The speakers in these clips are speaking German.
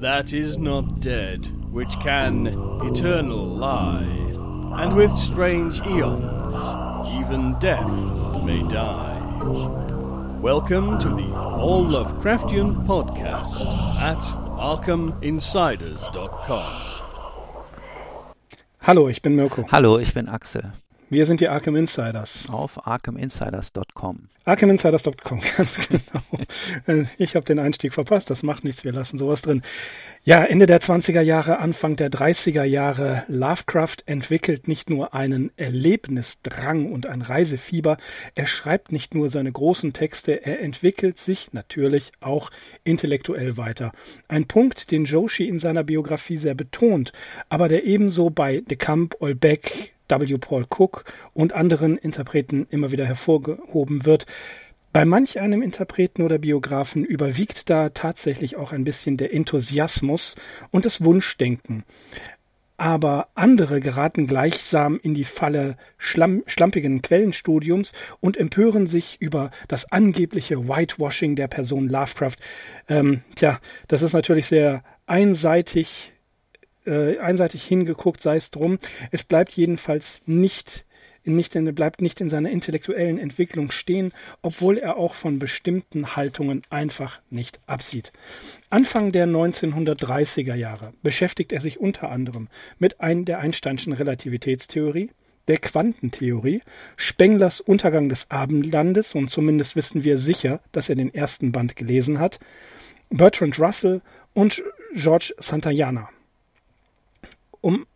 that is not dead, which can eternal lie, and with strange eons, even death may die. Welcome to the All Lovecraftian Podcast at ArkhamInsiders.com. Hallo, ich bin Mirko. Hallo, ich bin Axel. Wir sind die Arkham Insiders. Auf ArkhamInsiders.com. ArkhamInsiders.com, ganz genau. Ich habe den Einstieg verpasst, das macht nichts, wir lassen sowas drin. Ja, Ende der 20er Jahre, Anfang der 30er Jahre. Lovecraft entwickelt nicht nur einen Erlebnisdrang und ein Reisefieber. Er schreibt nicht nur seine großen Texte, er entwickelt sich natürlich auch intellektuell weiter. Ein Punkt, den Joshi in seiner Biografie sehr betont, aber der ebenso bei de Camp, Olbeck, W. Paul Cook und anderen Interpreten immer wieder hervorgehoben wird. Bei manch einem Interpreten oder Biografen überwiegt da tatsächlich auch ein bisschen der Enthusiasmus und das Wunschdenken. Aber andere geraten gleichsam in die Falle schlampigen Quellenstudiums und empören sich über das angebliche Whitewashing der Person Lovecraft. Das ist natürlich sehr einseitig hingeguckt, sei es drum. Es bleibt jedenfalls nicht in seiner intellektuellen Entwicklung stehen, obwohl er auch von bestimmten Haltungen einfach nicht absieht. Anfang der 1930er Jahre beschäftigt er sich unter anderem mit der Einsteinschen Relativitätstheorie, der Quantentheorie, Spenglers Untergang des Abendlandes, und zumindest wissen wir sicher, dass er den ersten Band gelesen hat, Bertrand Russell und George Santayana. Um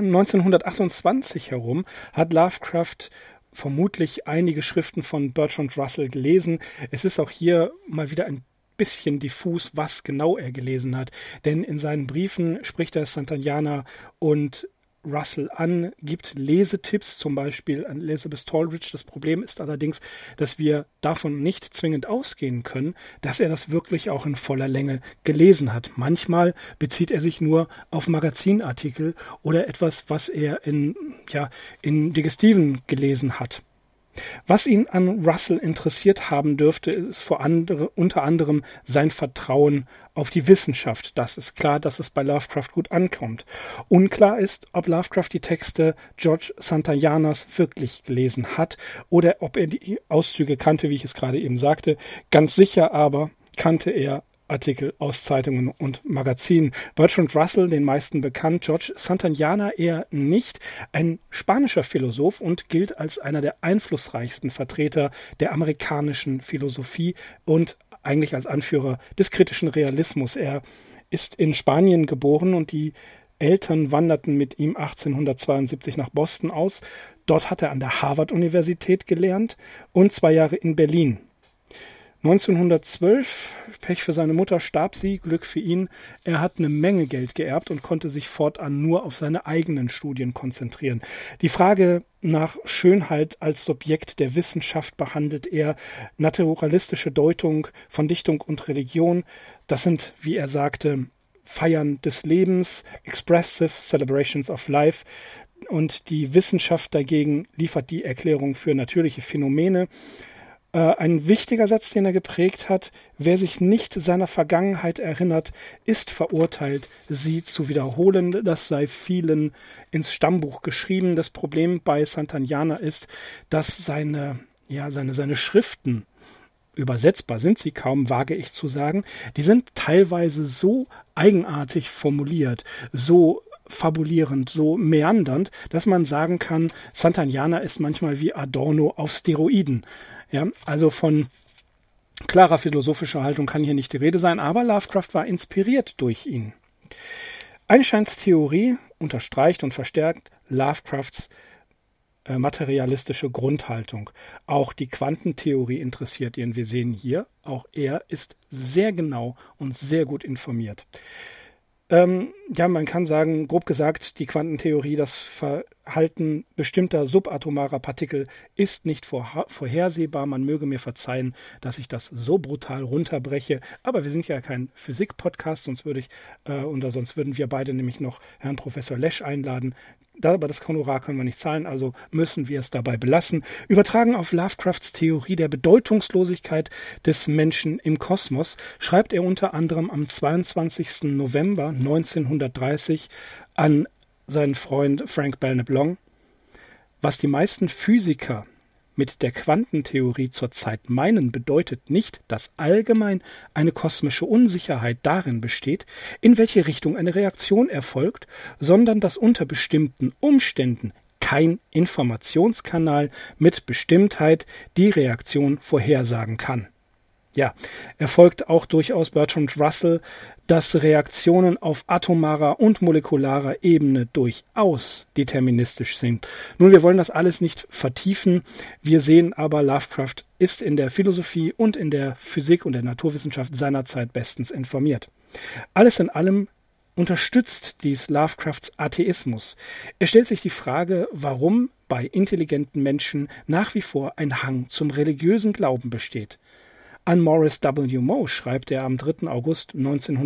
1928 herum hat Lovecraft vermutlich einige Schriften von Bertrand Russell gelesen. Es ist auch hier mal wieder ein bisschen diffus, was genau er gelesen hat. Denn in seinen Briefen spricht er Santayana und Russell an, gibt Lesetipps, zum Beispiel an Elizabeth Tallridge. Das Problem ist allerdings, dass wir davon nicht zwingend ausgehen können, dass er das wirklich auch in voller Länge gelesen hat. Manchmal bezieht er sich nur auf Magazinartikel oder etwas, was er in Digestiven gelesen hat. Was ihn an Russell interessiert haben dürfte, ist unter anderem sein Vertrauen auf die Wissenschaft. Das ist klar, dass es bei Lovecraft gut ankommt. Unklar ist, ob Lovecraft die Texte George Santayanas wirklich gelesen hat oder ob er die Auszüge kannte, wie ich es gerade eben sagte. Ganz sicher aber kannte er Artikel aus Zeitungen und Magazinen. Bertrand Russell, den meisten bekannt, George Santayana eher nicht, ein spanischer Philosoph und gilt als einer der einflussreichsten Vertreter der amerikanischen Philosophie und eigentlich als Anführer des kritischen Realismus. Er ist in Spanien geboren und die Eltern wanderten mit ihm 1872 nach Boston aus. Dort hat er an der Harvard-Universität gelernt und 2 Jahre in Berlin. 1912, Pech für seine Mutter, starb sie, Glück für ihn. Er hat eine Menge Geld geerbt und konnte sich fortan nur auf seine eigenen Studien konzentrieren. Die Frage nach Schönheit als Subjekt der Wissenschaft behandelt er, naturalistische Deutung von Dichtung und Religion. Das sind, wie er sagte, Feiern des Lebens, Expressive Celebrations of Life. Und die Wissenschaft dagegen liefert die Erklärung für natürliche Phänomene. Ein wichtiger Satz, den er geprägt hat: Wer sich nicht seiner Vergangenheit erinnert, ist verurteilt, sie zu wiederholen. Das sei vielen ins Stammbuch geschrieben. Das Problem bei Santayana ist, dass seine Schriften, übersetzbar sind sie kaum, wage ich zu sagen, die sind teilweise so eigenartig formuliert, so fabulierend, so meandernd, dass man sagen kann, Santayana ist manchmal wie Adorno auf Steroiden. Ja, also von klarer philosophischer Haltung kann hier nicht die Rede sein, aber Lovecraft war inspiriert durch ihn. Einsteins Theorie unterstreicht und verstärkt Lovecrafts materialistische Grundhaltung. Auch die Quantentheorie interessiert ihn. Wir sehen hier, auch er ist sehr genau und sehr gut informiert. Man kann sagen, grob gesagt, die Quantentheorie, das Halten bestimmter subatomarer Partikel ist nicht vorhersehbar. Man möge mir verzeihen, dass ich das so brutal runterbreche. Aber wir sind ja kein Physik-Podcast, sonst würden wir beide nämlich noch Herrn Professor Lesch einladen. Aber das Honorar können wir nicht zahlen, also müssen wir es dabei belassen. Übertragen auf Lovecrafts Theorie der Bedeutungslosigkeit des Menschen im Kosmos schreibt er unter anderem am 22. November 1930 an seinen Freund Frank Belknap Long: Was die meisten Physiker mit der Quantentheorie zurzeit meinen, bedeutet nicht, dass allgemein eine kosmische Unsicherheit darin besteht, in welche Richtung eine Reaktion erfolgt, sondern dass unter bestimmten Umständen kein Informationskanal mit Bestimmtheit die Reaktion vorhersagen kann. Ja, er folgt auch durchaus Bertrand Russell, dass Reaktionen auf atomarer und molekularer Ebene durchaus deterministisch sind. Nun, wir wollen das alles nicht vertiefen. Wir sehen aber, Lovecraft ist in der Philosophie und in der Physik und der Naturwissenschaft seiner Zeit bestens informiert. Alles in allem unterstützt dies Lovecrafts Atheismus. Er stellt sich die Frage, warum bei intelligenten Menschen nach wie vor ein Hang zum religiösen Glauben besteht. An Morris W. Moe schreibt er am 3. August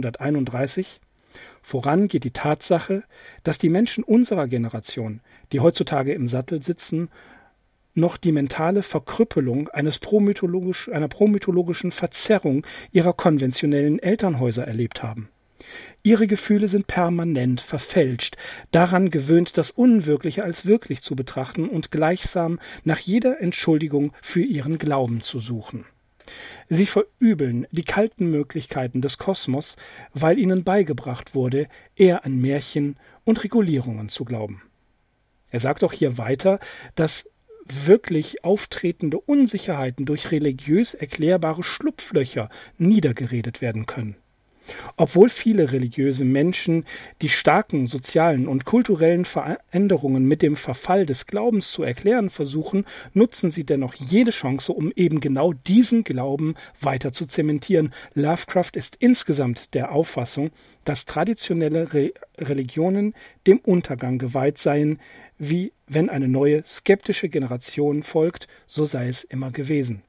1931: Voran geht die Tatsache, dass die Menschen unserer Generation, die heutzutage im Sattel sitzen, noch die mentale Verkrüppelung einer promythologischen Verzerrung ihrer konventionellen Elternhäuser erlebt haben. Ihre Gefühle sind permanent verfälscht, daran gewöhnt, das Unwirkliche als wirklich zu betrachten und gleichsam nach jeder Entschuldigung für ihren Glauben zu suchen. Sie verübeln die kalten Möglichkeiten des Kosmos, weil ihnen beigebracht wurde, eher an Märchen und Regulierungen zu glauben. Er sagt auch hier weiter, dass wirklich auftretende Unsicherheiten durch religiös erklärbare Schlupflöcher niedergeredet werden können. Obwohl viele religiöse Menschen die starken sozialen und kulturellen Veränderungen mit dem Verfall des Glaubens zu erklären versuchen, nutzen sie dennoch jede Chance, um eben genau diesen Glauben weiter zu zementieren. Lovecraft ist insgesamt der Auffassung, dass traditionelle Religionen dem Untergang geweiht seien, wie wenn eine neue skeptische Generation folgt, so sei es immer gewesen.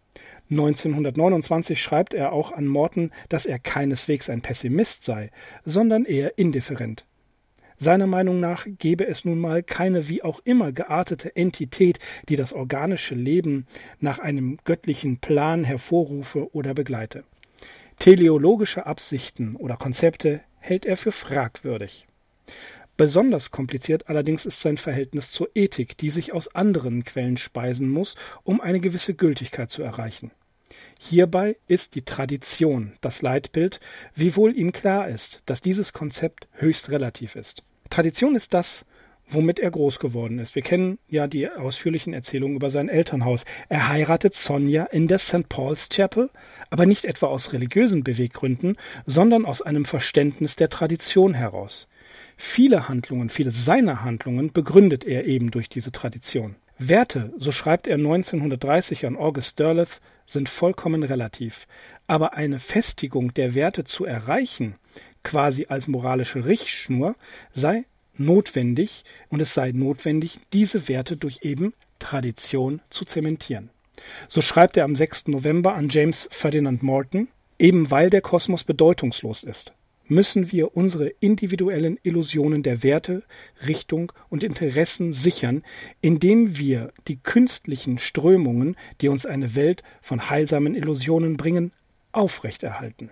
1929 schreibt er auch an Morton, dass er keineswegs ein Pessimist sei, sondern eher indifferent. Seiner Meinung nach gebe es nun mal keine wie auch immer geartete Entität, die das organische Leben nach einem göttlichen Plan hervorrufe oder begleite. Teleologische Absichten oder Konzepte hält er für fragwürdig. Besonders kompliziert allerdings ist sein Verhältnis zur Ethik, die sich aus anderen Quellen speisen muss, um eine gewisse Gültigkeit zu erreichen. Hierbei ist die Tradition das Leitbild, wiewohl ihm klar ist, dass dieses Konzept höchst relativ ist. Tradition ist das, womit er groß geworden ist. Wir kennen ja die ausführlichen Erzählungen über sein Elternhaus. Er heiratet Sonja in der St. Paul's Chapel, aber nicht etwa aus religiösen Beweggründen, sondern aus einem Verständnis der Tradition heraus. Viele seiner Handlungen begründet er eben durch diese Tradition. Werte, so schreibt er 1930 an August Derleth, sind vollkommen relativ. Aber eine Festigung der Werte zu erreichen, quasi als moralische Richtschnur, sei notwendig, und es sei notwendig, diese Werte durch eben Tradition zu zementieren. So schreibt er am 6. November an James Ferdinand Morton: Eben weil der Kosmos bedeutungslos ist, müssen wir unsere individuellen Illusionen der Werte, Richtung und Interessen sichern, indem wir die künstlichen Strömungen, die uns eine Welt von heilsamen Illusionen bringen, aufrechterhalten.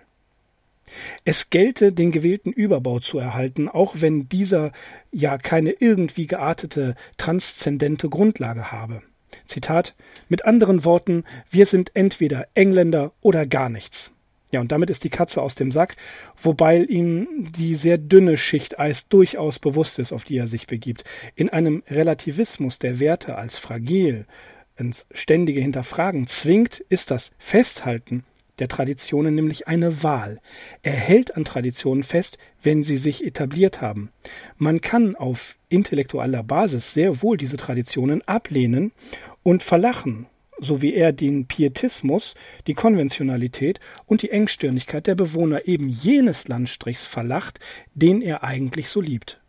Es gelte, den gewählten Überbau zu erhalten, auch wenn dieser ja keine irgendwie geartete, transzendente Grundlage habe. Zitat: Mit anderen Worten, wir sind entweder Engländer oder gar nichts. Ja, und damit ist die Katze aus dem Sack, wobei ihm die sehr dünne Schicht Eis durchaus bewusst ist, auf die er sich begibt. In einem Relativismus der Werte als fragil ins ständige Hinterfragen zwingt, ist das Festhalten der Traditionen nämlich eine Wahl. Er hält an Traditionen fest, wenn sie sich etabliert haben. Man kann auf intellektueller Basis sehr wohl diese Traditionen ablehnen und verlachen, so wie er den Pietismus, die Konventionalität und die Engstirnigkeit der Bewohner eben jenes Landstrichs verlacht, den er eigentlich so liebt.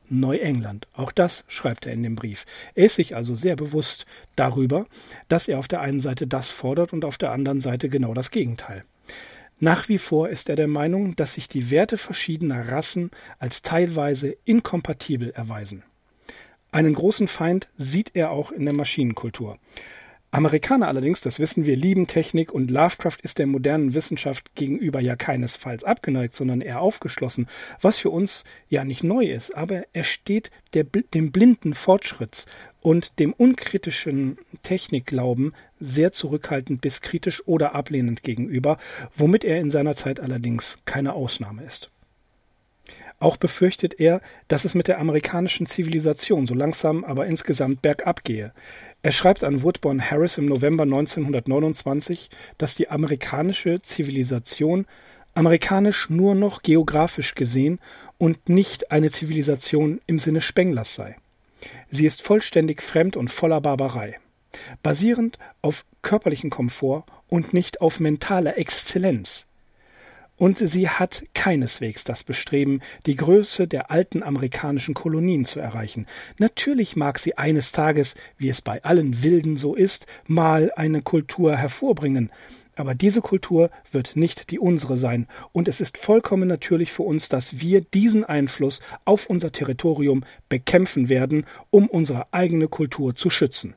Neuengland. Auch das schreibt er in dem Brief. Er ist sich also sehr bewusst darüber, dass er auf der einen Seite das fordert und auf der anderen Seite genau das Gegenteil. Nach wie vor ist er der Meinung, dass sich die Werte verschiedener Rassen als teilweise inkompatibel erweisen. Einen großen Feind sieht er auch in der Maschinenkultur. Amerikaner allerdings, das wissen wir, lieben Technik und Lovecraft ist der modernen Wissenschaft gegenüber ja keinesfalls abgeneigt, sondern eher aufgeschlossen, was für uns ja nicht neu ist, aber er steht dem blinden Fortschritts und dem unkritischen Technikglauben sehr zurückhaltend bis kritisch oder ablehnend gegenüber, womit er in seiner Zeit allerdings keine Ausnahme ist. Auch befürchtet er, dass es mit der amerikanischen Zivilisation so langsam aber insgesamt bergab gehe. Er schreibt an Woodburn Harris im November 1929, dass die amerikanische Zivilisation amerikanisch nur noch geografisch gesehen und nicht eine Zivilisation im Sinne Spenglers sei. Sie ist vollständig fremd und voller Barbarei, basierend auf körperlichen Komfort und nicht auf mentaler Exzellenz. Und sie hat keineswegs das Bestreben, die Größe der alten amerikanischen Kolonien zu erreichen. Natürlich mag sie eines Tages, wie es bei allen Wilden so ist, mal eine Kultur hervorbringen. Aber diese Kultur wird nicht die unsere sein. Und es ist vollkommen natürlich für uns, dass wir diesen Einfluss auf unser Territorium bekämpfen werden, um unsere eigene Kultur zu schützen.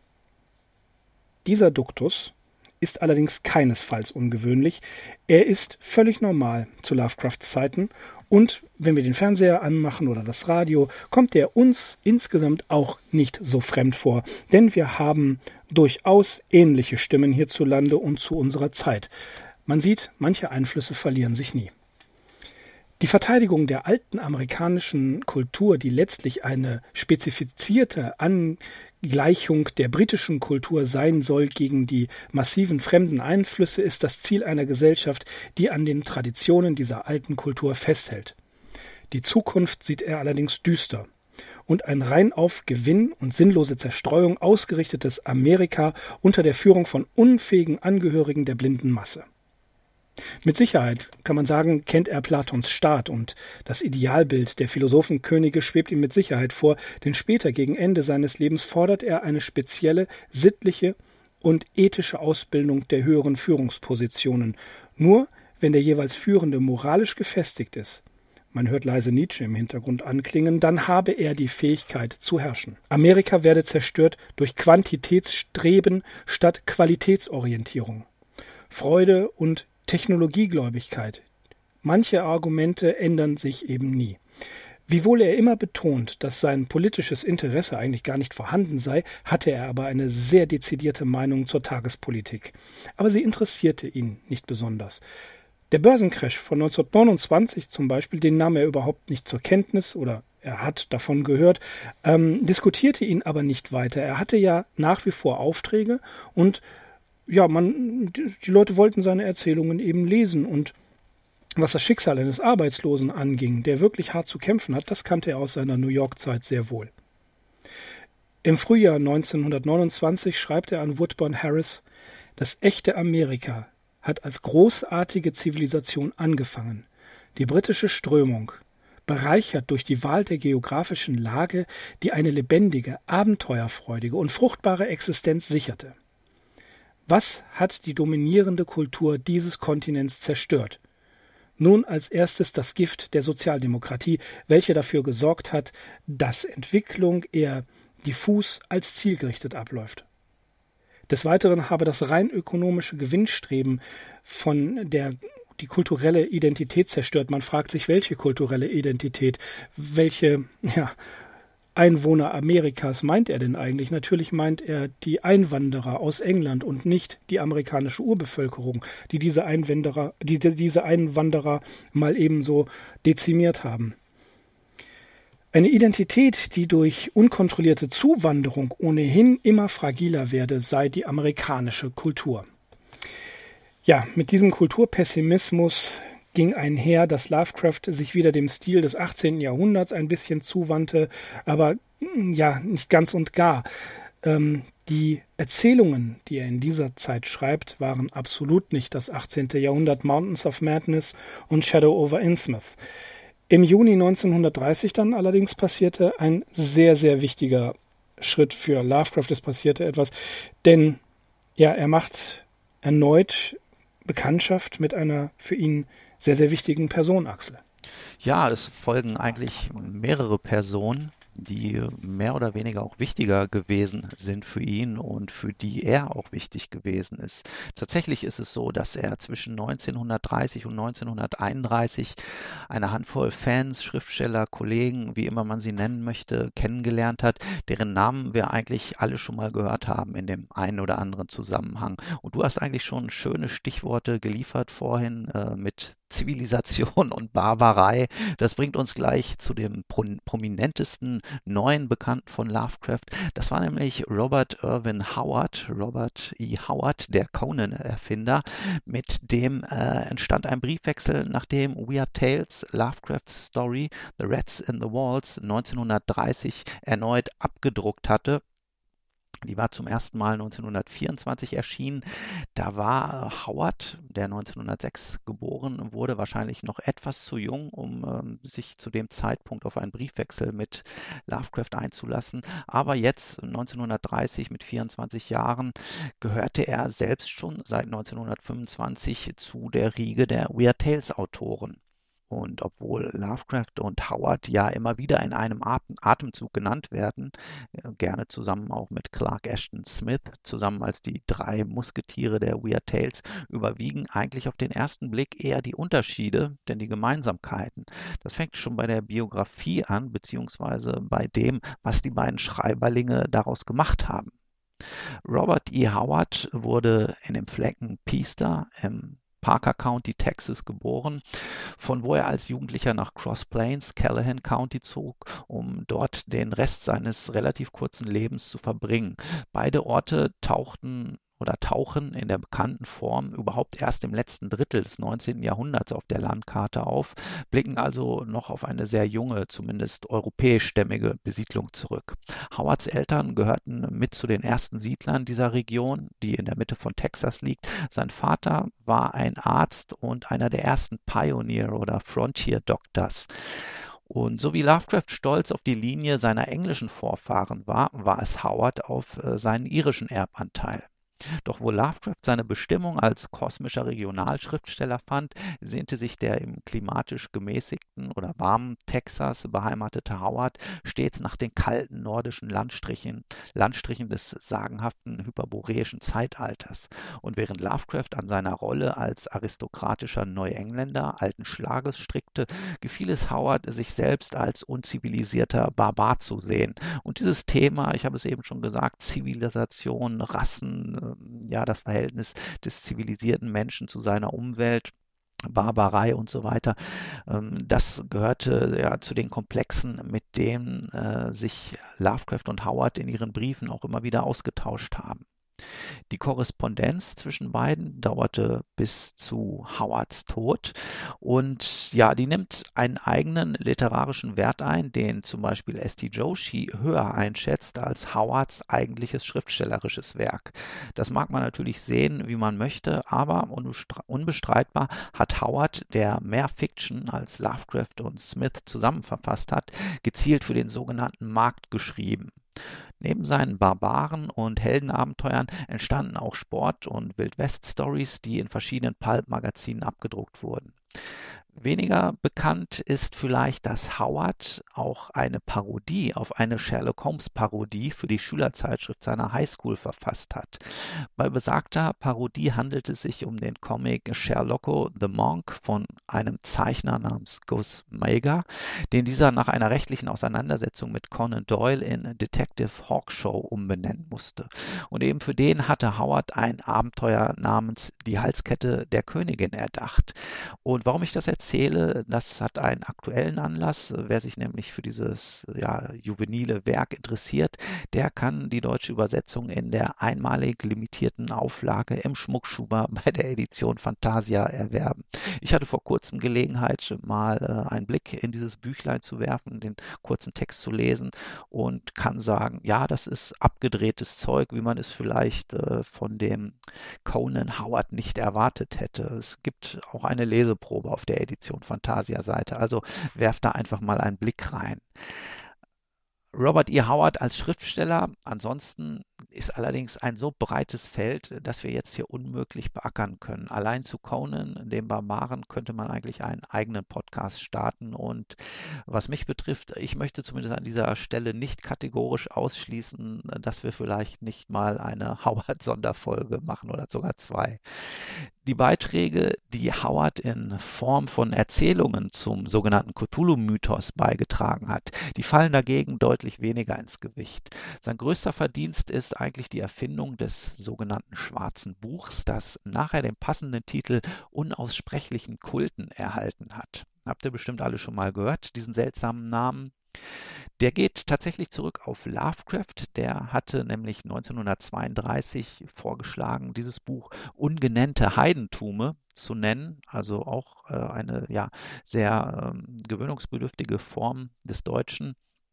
Dieser Duktus ist allerdings keinesfalls ungewöhnlich. Er ist völlig normal zu Lovecrafts Zeiten und wenn wir den Fernseher anmachen oder das Radio, kommt er uns insgesamt auch nicht so fremd vor, denn wir haben durchaus ähnliche Stimmen hierzulande und zu unserer Zeit. Man sieht, manche Einflüsse verlieren sich nie. Die Verteidigung der alten amerikanischen Kultur, die letztlich eine spezifizierte Angleichung der britischen Kultur sein soll gegen die massiven fremden Einflüsse, ist das Ziel einer Gesellschaft, die an den Traditionen dieser alten Kultur festhält. Die Zukunft sieht er allerdings düster und ein rein auf Gewinn und sinnlose Zerstreuung ausgerichtetes Amerika unter der Führung von unfähigen Angehörigen der blinden Masse. Mit Sicherheit, kann man sagen, kennt er Platons Staat und das Idealbild der Philosophenkönige schwebt ihm mit Sicherheit vor, denn später gegen Ende seines Lebens fordert er eine spezielle sittliche und ethische Ausbildung der höheren Führungspositionen, nur wenn der jeweils Führende moralisch gefestigt ist. Man hört leise Nietzsche im Hintergrund anklingen, dann habe er die Fähigkeit zu herrschen. Amerika werde zerstört durch Quantitätsstreben statt Qualitätsorientierung. Freude und Technologiegläubigkeit. Manche Argumente ändern sich eben nie. Wiewohl er immer betont, dass sein politisches Interesse eigentlich gar nicht vorhanden sei, hatte er aber eine sehr dezidierte Meinung zur Tagespolitik. Aber sie interessierte ihn nicht besonders. Der Börsencrash von 1929 zum Beispiel, den nahm er überhaupt nicht zur Kenntnis oder er hat davon gehört, diskutierte ihn aber nicht weiter. Er hatte ja nach wie vor Aufträge und ja, die Leute wollten seine Erzählungen eben lesen und was das Schicksal eines Arbeitslosen anging, der wirklich hart zu kämpfen hat, das kannte er aus seiner New York-Zeit sehr wohl. Im Frühjahr 1929 schreibt er an Woodburn Harris, das echte Amerika hat als großartige Zivilisation angefangen. Die britische Strömung, bereichert durch die Wahl der geografischen Lage, die eine lebendige, abenteuerfreudige und fruchtbare Existenz sicherte. Was hat die dominierende Kultur dieses Kontinents zerstört? Nun als erstes das Gift der Sozialdemokratie, welche dafür gesorgt hat, dass Entwicklung eher diffus als zielgerichtet abläuft. Des Weiteren habe das rein ökonomische Gewinnstreben die kulturelle Identität zerstört. Man fragt sich, welche kulturelle Identität, welche Einwohner Amerikas meint er denn eigentlich? Natürlich meint er die Einwanderer aus England und nicht die amerikanische Urbevölkerung, die diese Einwanderer mal ebenso dezimiert haben. Eine Identität, die durch unkontrollierte Zuwanderung ohnehin immer fragiler werde, sei die amerikanische Kultur. Ja, mit diesem Kulturpessimismus ging einher, dass Lovecraft sich wieder dem Stil des 18. Jahrhunderts ein bisschen zuwandte, aber ja, nicht ganz und gar. Die Erzählungen, die er in dieser Zeit schreibt, waren absolut nicht das 18. Jahrhundert, Mountains of Madness und Shadow over Innsmouth. Im Juni 1930 dann allerdings passierte ein sehr, sehr wichtiger Schritt für Lovecraft. Es passierte etwas, denn ja, er macht erneut Bekanntschaft mit einer für ihn sehr, sehr wichtigen Person, Axel. Ja, es folgen eigentlich mehrere Personen, die mehr oder weniger auch wichtiger gewesen sind für ihn und für die er auch wichtig gewesen ist. Tatsächlich ist es so, dass er zwischen 1930 und 1931 eine Handvoll Fans, Schriftsteller, Kollegen, wie immer man sie nennen möchte, kennengelernt hat, deren Namen wir eigentlich alle schon mal gehört haben in dem einen oder anderen Zusammenhang. Und du hast eigentlich schon schöne Stichworte geliefert vorhin mit Zivilisation und Barbarei. Das bringt uns gleich zu dem prominentesten neuen Bekannten von Lovecraft. Das war nämlich Robert Irwin Howard, Robert E. Howard, der Conan-Erfinder. Mit dem entstand ein Briefwechsel, nachdem Weird Tales, Lovecrafts Story The Rats in the Walls 1930 erneut abgedruckt hatte. Die war zum ersten Mal 1924 erschienen. Da war Howard, der 1906 geboren wurde, wahrscheinlich noch etwas zu jung, um sich zu dem Zeitpunkt auf einen Briefwechsel mit Lovecraft einzulassen. Aber jetzt, 1930, mit 24 Jahren, gehörte er selbst schon seit 1925 zu der Riege der Weird Tales Autoren. Und obwohl Lovecraft und Howard ja immer wieder in einem Atemzug genannt werden, gerne zusammen auch mit Clark Ashton Smith, zusammen als die drei Musketiere der Weird Tales, überwiegen eigentlich auf den ersten Blick eher die Unterschiede, denn die Gemeinsamkeiten. Das fängt schon bei der Biografie an, beziehungsweise bei dem, was die beiden Schreiberlinge daraus gemacht haben. Robert E. Howard wurde in dem Flecken Peaster im Parker County, Texas geboren, von wo er als Jugendlicher nach Cross Plains, Callahan County zog, um dort den Rest seines relativ kurzen Lebens zu verbringen. Beide Orte tauchen in der bekannten Form überhaupt erst im letzten Drittel des 19. Jahrhunderts auf der Landkarte auf, blicken also noch auf eine sehr junge, zumindest europäischstämmige Besiedlung zurück. Howards Eltern gehörten mit zu den ersten Siedlern dieser Region, die in der Mitte von Texas liegt. Sein Vater war ein Arzt und einer der ersten Pioneer- oder Frontier-Doctors. Und so wie Lovecraft stolz auf die Linie seiner englischen Vorfahren war, war es Howard auf seinen irischen Erbanteil. Doch wo Lovecraft seine Bestimmung als kosmischer Regionalschriftsteller fand, sehnte sich der im klimatisch gemäßigten oder warmen Texas beheimatete Howard stets nach den kalten nordischen Landstrichen des sagenhaften hyperboreischen Zeitalters. Und während Lovecraft an seiner Rolle als aristokratischer Neuengländer alten Schlages strickte, gefiel es Howard, sich selbst als unzivilisierter Barbar zu sehen. Und dieses Thema, ich habe es eben schon gesagt, Zivilisation, Rassen, ja, das Verhältnis des zivilisierten Menschen zu seiner Umwelt, Barbarei und so weiter. Das gehörte ja zu den Komplexen, mit denen sich Lovecraft und Howard in ihren Briefen auch immer wieder ausgetauscht haben. Die Korrespondenz zwischen beiden dauerte bis zu Howards Tod und ja, die nimmt einen eigenen literarischen Wert ein, den zum Beispiel S.T. Joshi höher einschätzt als Howards eigentliches schriftstellerisches Werk. Das mag man natürlich sehen, wie man möchte, aber unbestreitbar hat Howard, der mehr Fiction als Lovecraft und Smith zusammen verfasst hat, gezielt für den sogenannten Markt geschrieben. Neben seinen Barbaren- und Heldenabenteuern entstanden auch Sport- und Wild-West-Stories, die in verschiedenen Pulp-Magazinen abgedruckt wurden. Weniger bekannt ist vielleicht, dass Howard auch eine Parodie auf eine Sherlock-Holmes-Parodie für die Schülerzeitschrift seiner Highschool verfasst hat. Bei besagter Parodie handelt es sich um den Comic Sherlocko the Monk von einem Zeichner namens Gus Mager, den dieser nach einer rechtlichen Auseinandersetzung mit Conan Doyle in Detective Hawkshaw umbenennen musste. Und eben für den hatte Howard ein Abenteuer namens Die Halskette der Königin erdacht. Und warum ich das erzähle, das hat einen aktuellen Anlass. Wer sich nämlich für dieses juvenile Werk interessiert, der kann die deutsche Übersetzung in der einmalig limitierten Auflage im Schmuckschuber bei der Edition Fantasia erwerben. Ich hatte vor kurzem Gelegenheit, mal einen Blick in dieses Büchlein zu werfen, den kurzen Text zu lesen und kann sagen, ja, das ist abgedrehtes Zeug, wie man es vielleicht von dem Conan Howard nicht erwartet hätte. Es gibt auch eine Leseprobe auf der Edition Edition Fantasia-Seite. Also werft da einfach mal einen Blick rein. Robert E. Howard als Schriftsteller ansonsten ist allerdings ein so breites Feld, das wir jetzt hier unmöglich beackern können. Allein zu Conan, dem Barbaren, könnte man eigentlich einen eigenen Podcast starten. Und was mich betrifft, ich möchte zumindest an dieser Stelle nicht kategorisch ausschließen, dass wir vielleicht nicht mal eine Howard-Sonderfolge machen oder sogar zwei. Die Beiträge, die Howard in Form von Erzählungen zum sogenannten Cthulhu-Mythos beigetragen hat, die fallen dagegen deutlich weniger ins Gewicht. Sein größter Verdienst ist eigentlich die Erfindung des sogenannten Schwarzen Buchs, das nachher den passenden Titel Unaussprechlichen Kulten erhalten hat. Habt ihr bestimmt alle schon mal gehört, diesen seltsamen Namen? Der geht tatsächlich zurück auf Lovecraft. Der hatte nämlich 1932 vorgeschlagen, dieses Buch Ungenennte Heidentume zu nennen, also auch eine sehr gewöhnungsbedürftige Form des Deutschen.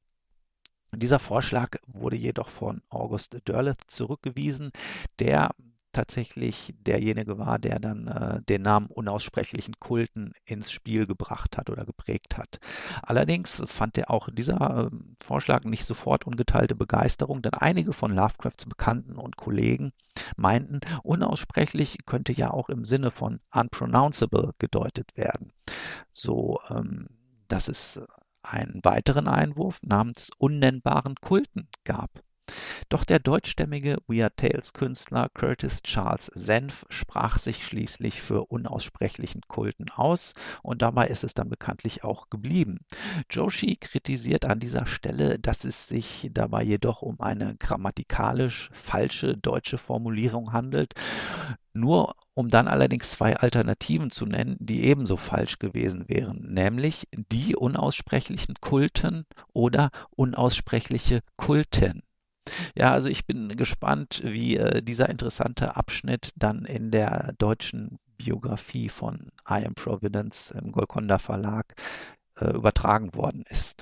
Dieser Vorschlag wurde jedoch von August Derleth zurückgewiesen, der tatsächlich derjenige war, der dann den Namen unaussprechlichen Kulten ins Spiel gebracht hat oder geprägt hat. Allerdings fand er auch dieser Vorschlag nicht sofort ungeteilte Begeisterung, denn einige von Lovecrafts Bekannten und Kollegen meinten, unaussprechlich könnte ja auch im Sinne von unpronounceable gedeutet werden. So, dass es einen weiteren Einwurf namens unnennbaren Kulten gab. Doch der deutschstämmige Weird Tales-Künstler Curtis Charles Senf sprach sich schließlich für unaussprechlichen Kulten aus und dabei ist es dann bekanntlich auch geblieben. Joshi kritisiert an dieser Stelle, dass es sich dabei jedoch um eine grammatikalisch falsche deutsche Formulierung handelt, nur um dann allerdings zwei Alternativen zu nennen, die ebenso falsch gewesen wären, nämlich die unaussprechlichen Kulten oder unaussprechliche Kulten. Ja, also ich bin gespannt, wie dieser interessante Abschnitt dann in der deutschen Biografie von I Am Providence im Golconda Verlag übertragen worden ist.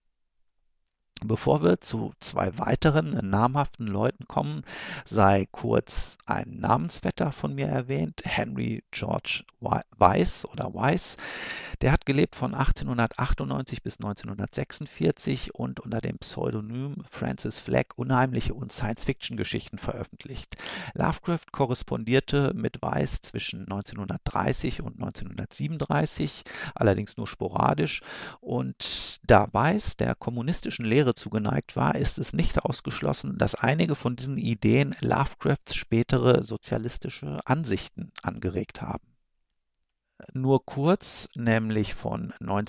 Bevor wir zu zwei weiteren namhaften Leuten kommen, sei kurz ein Namensvetter von mir erwähnt, Henry George Weiss oder Weiss. Der hat gelebt von 1898 bis 1946 und unter dem Pseudonym Francis Flagg unheimliche und Science-Fiction-Geschichten veröffentlicht. Lovecraft korrespondierte mit Weiss zwischen 1930 und 1937, allerdings nur sporadisch. Und da Weiss der kommunistischen Lehre zugeneigt war, ist es nicht ausgeschlossen, dass einige von diesen Ideen Lovecrafts spätere sozialistische Ansichten angeregt haben. Nur kurz, nämlich von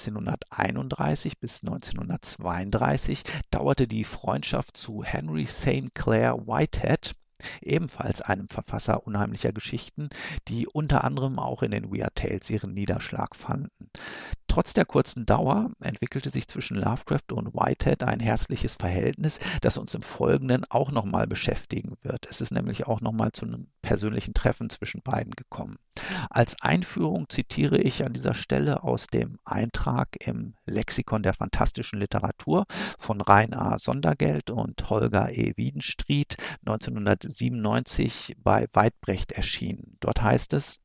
1931 bis 1932, dauerte die Freundschaft zu Henry St. Clair Whitehead, ebenfalls einem Verfasser unheimlicher Geschichten, die unter anderem auch in den Weird Tales ihren Niederschlag fanden. Trotz der kurzen Dauer entwickelte sich zwischen Lovecraft und Whitehead ein herzliches Verhältnis, das uns im Folgenden auch nochmal beschäftigen wird. Es ist nämlich auch nochmal zu einem persönlichen Treffen zwischen beiden gekommen. Als Einführung zitiere ich an dieser Stelle aus dem Eintrag im Lexikon der fantastischen Literatur von Rein A. Sondergeld und Holger E. Wiedenstried 1997 bei Weidbrecht erschienen. Dort heißt es: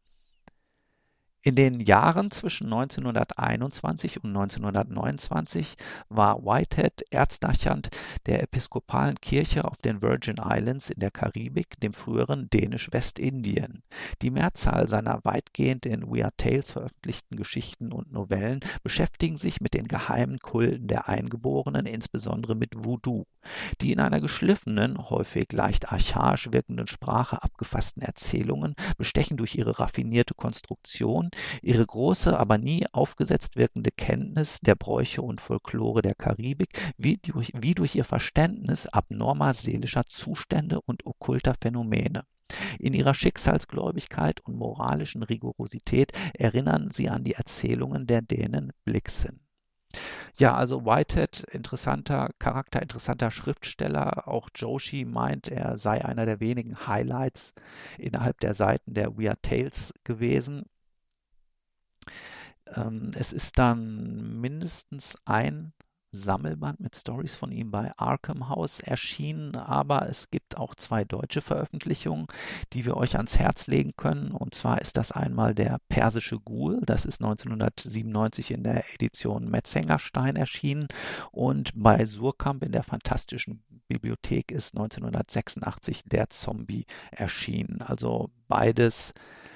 In den Jahren zwischen 1921 und 1929 war Whitehead Erzdarchant der Episkopalen Kirche auf den Virgin Islands in der Karibik, dem früheren Dänisch-Westindien. Die Mehrzahl seiner weitgehend in Weird Tales veröffentlichten Geschichten und Novellen beschäftigen sich mit den geheimen Kulten der Eingeborenen, insbesondere mit Voodoo. Die in einer geschliffenen, häufig leicht archaisch wirkenden Sprache abgefassten Erzählungen bestechen durch ihre raffinierte Konstruktion, ihre große, aber nie aufgesetzt wirkende Kenntnis der Bräuche und Folklore der Karibik, wie durch ihr Verständnis abnormer seelischer Zustände und okkulter Phänomene. In ihrer Schicksalsgläubigkeit und moralischen Rigorosität erinnern sie an die Erzählungen der Dänen Blixen. Ja, also Whitehead, interessanter Charakter, interessanter Schriftsteller. Auch Joshi meint, er sei einer der wenigen Highlights innerhalb der Seiten der Weird Tales gewesen. Es ist dann mindestens ein Sammelband mit Stories von ihm bei Arkham House erschienen, aber es gibt auch 2 deutsche Veröffentlichungen, die wir euch ans Herz legen können. Und zwar ist das einmal der Persische Ghoul, das ist 1997 in der Edition Metzengerstein erschienen, und bei Suhrkamp in der Fantastischen Bibliothek ist 1986 der Zombie erschienen. Also beides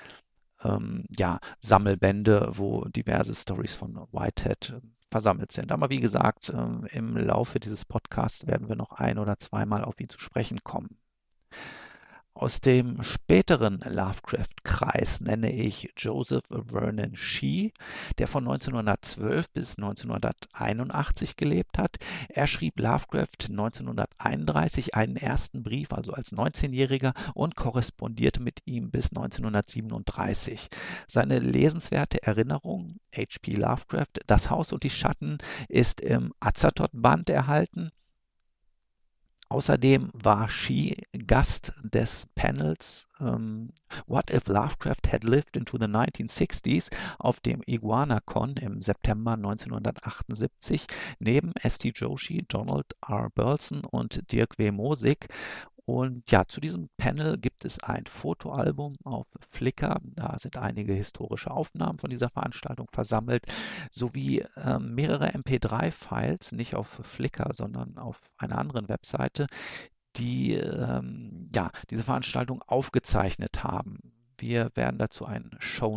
Sammelbände, wo diverse Stories von Whitehead versammelt sind. Aber wie gesagt, im Laufe dieses Podcasts werden wir noch 1- oder zweimal auf ihn zu sprechen kommen. Aus dem späteren Lovecraft-Kreis nenne ich Joseph Vernon Shee, der von 1912 bis 1981 gelebt hat. Er schrieb Lovecraft 1931 einen ersten Brief, also als 19-Jähriger, und korrespondierte mit ihm bis 1937. Seine lesenswerte Erinnerung, H.P. Lovecraft, Das Haus und die Schatten, ist im Azathoth-Band erhalten. Außerdem war Shee Gast des Panels What if Lovecraft had lived into the 1960s auf dem IguanaCon im September 1978 neben S.T. Joshi, Donald R. Burleson und Dirk W. Mosig. Und ja, zu diesem Panel gibt es ein Fotoalbum auf Flickr. Da sind einige historische Aufnahmen von dieser Veranstaltung versammelt, sowie mehrere MP3-Files, nicht auf Flickr, sondern auf einer anderen Webseite, die diese Veranstaltung aufgezeichnet haben. Wir werden dazu einen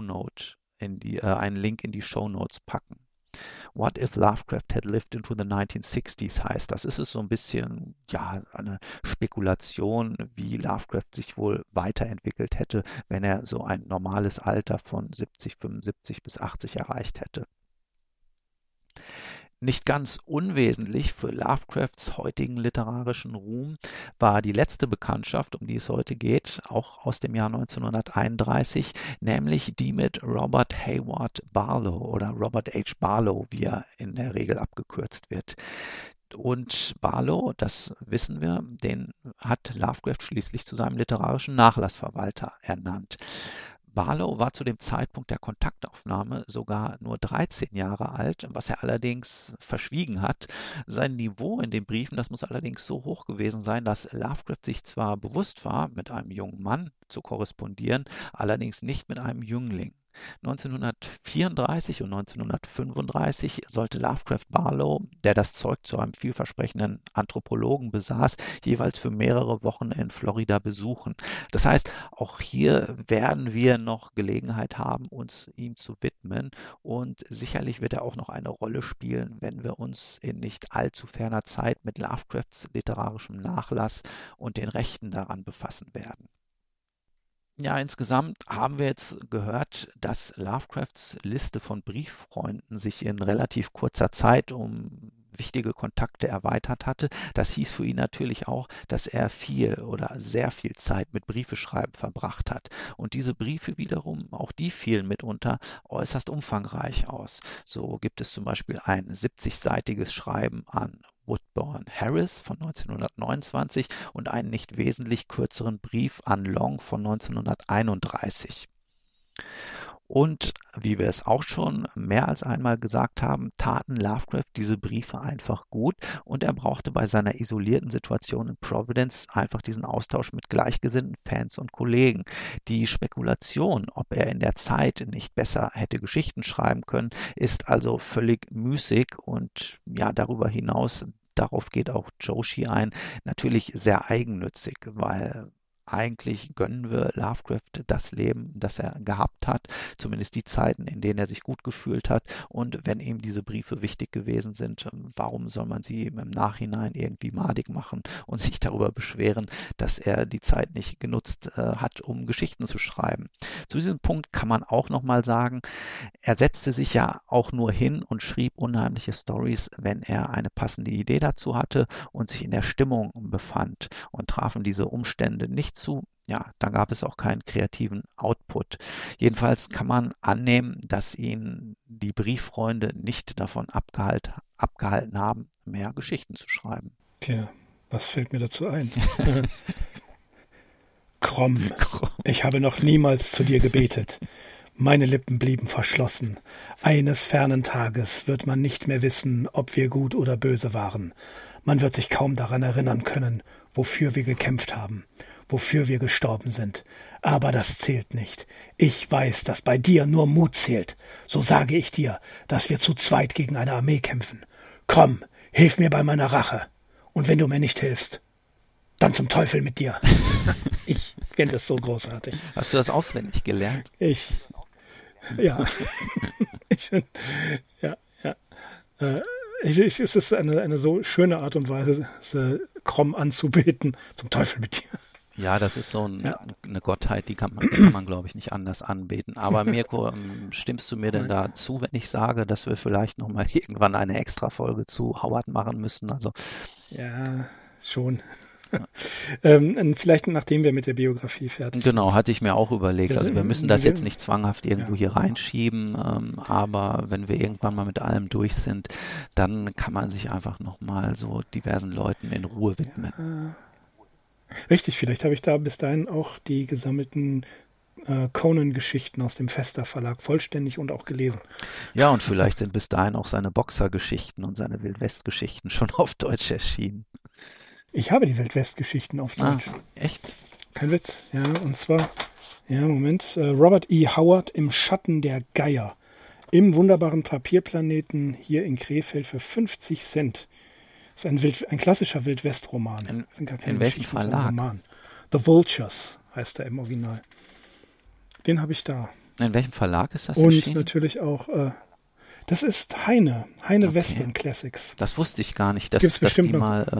Link in die Shownotes packen. What if Lovecraft had lived into the 1960s heißt. Das ist es so ein bisschen, eine Spekulation, wie Lovecraft sich wohl weiterentwickelt hätte, wenn er so ein normales Alter von 70, 75 bis 80 erreicht hätte. Nicht ganz unwesentlich für Lovecrafts heutigen literarischen Ruhm war die letzte Bekanntschaft, um die es heute geht, auch aus dem Jahr 1931, nämlich die mit Robert Hayward Barlow oder Robert H. Barlow, wie er in der Regel abgekürzt wird. Und Barlow, das wissen wir, den hat Lovecraft schließlich zu seinem literarischen Nachlassverwalter ernannt. Barlow war zu dem Zeitpunkt der Kontaktaufnahme sogar nur 13 Jahre alt, was er allerdings verschwiegen hat. Sein Niveau in den Briefen, das muss allerdings so hoch gewesen sein, dass Lovecraft sich zwar bewusst war, mit einem jungen Mann zu korrespondieren, allerdings nicht mit einem Jüngling. 1934 und 1935 sollte Lovecraft Barlow, der das Zeug zu einem vielversprechenden Anthropologen besaß, jeweils für mehrere Wochen in Florida besuchen. Das heißt, auch hier werden wir noch Gelegenheit haben, uns ihm zu widmen, und sicherlich wird er auch noch eine Rolle spielen, wenn wir uns in nicht allzu ferner Zeit mit Lovecrafts literarischem Nachlass und den Rechten daran befassen werden. Ja, insgesamt haben wir jetzt gehört, dass Lovecrafts Liste von Brieffreunden sich in relativ kurzer Zeit um wichtige Kontakte erweitert hatte. Das hieß für ihn natürlich auch, dass er viel oder sehr viel Zeit mit Briefeschreiben verbracht hat. Und diese Briefe wiederum, auch die fielen mitunter äußerst umfangreich aus. So gibt es zum Beispiel ein 70-seitiges Schreiben an Woodburn Harris von 1929 und einen nicht wesentlich kürzeren Brief an Long von 1931. Und wie wir es auch schon mehr als einmal gesagt haben, taten Lovecraft diese Briefe einfach gut, und er brauchte bei seiner isolierten Situation in Providence einfach diesen Austausch mit gleichgesinnten Fans und Kollegen. Die Spekulation, ob er in der Zeit nicht besser hätte Geschichten schreiben können, ist also völlig müßig, und darüber hinaus, darauf geht auch Joshi ein, natürlich sehr eigennützig, weil eigentlich gönnen wir Lovecraft das Leben, das er gehabt hat, zumindest die Zeiten, in denen er sich gut gefühlt hat. Und wenn ihm diese Briefe wichtig gewesen sind, warum soll man sie ihm im Nachhinein irgendwie madig machen und sich darüber beschweren, dass er die Zeit nicht genutzt hat, um Geschichten zu schreiben? Zu diesem Punkt kann man auch nochmal sagen, er setzte sich ja auch nur hin und schrieb unheimliche Stories, wenn er eine passende Idee dazu hatte und sich in der Stimmung befand. Und trafen diese Umstände nicht zu, dann gab es auch keinen kreativen Output. Jedenfalls kann man annehmen, dass ihn die Brieffreunde nicht davon abgehalten haben, mehr Geschichten zu schreiben. Tja, was fällt mir dazu ein? Krumm, ich habe noch niemals zu dir gebetet. Meine Lippen blieben verschlossen. Eines fernen Tages wird man nicht mehr wissen, ob wir gut oder böse waren. Man wird sich kaum daran erinnern können, wofür wir gekämpft haben, wofür wir gestorben sind. Aber das zählt nicht. Ich weiß, dass bei dir nur Mut zählt. So sage ich dir, dass wir zu zweit gegen eine Armee kämpfen. Komm, hilf mir bei meiner Rache. Und wenn du mir nicht hilfst, dann zum Teufel mit dir. Ich finde das so großartig. Hast du das auswendig gelernt? Ja. Es ist eine so schöne Art und Weise, Krom anzubeten. Zum Teufel mit dir. Ja, das ist so eine Gottheit, die kann man, glaube ich, nicht anders anbeten. Aber Mirko, stimmst du mir denn da zu, wenn ich sage, dass wir vielleicht nochmal irgendwann eine Extra-Folge zu Howard machen müssen? Also, ja, schon. Vielleicht nachdem wir mit der Biografie fertig sind. Genau, hatte ich mir auch überlegt. Also wir müssen das jetzt nicht zwanghaft irgendwo hier reinschieben, aber wenn wir irgendwann mal mit allem durch sind, dann kann man sich einfach nochmal so diversen Leuten in Ruhe widmen. Ja. Richtig, vielleicht habe ich da bis dahin auch die gesammelten Conan-Geschichten aus dem Vesta Verlag vollständig und auch gelesen. Ja, und vielleicht sind bis dahin auch seine Boxer-Geschichten und seine Wildwest-Geschichten schon auf Deutsch erschienen. Ich habe die Wildwest-Geschichten auf Deutsch. Echt? Kein Witz, ja, und zwar, Robert E. Howard im Schatten der Geier im wunderbaren Papierplaneten hier in Krefeld für 50 Cent. Das ist ein klassischer Wildwest-Roman. In welchem Verlag? Roman. The Vultures heißt er im Original. Den habe ich da. In welchem Verlag ist das erschienen? Und erschienen? Natürlich auch, das ist Heine okay. Western Classics. Das wusste ich gar nicht, dass die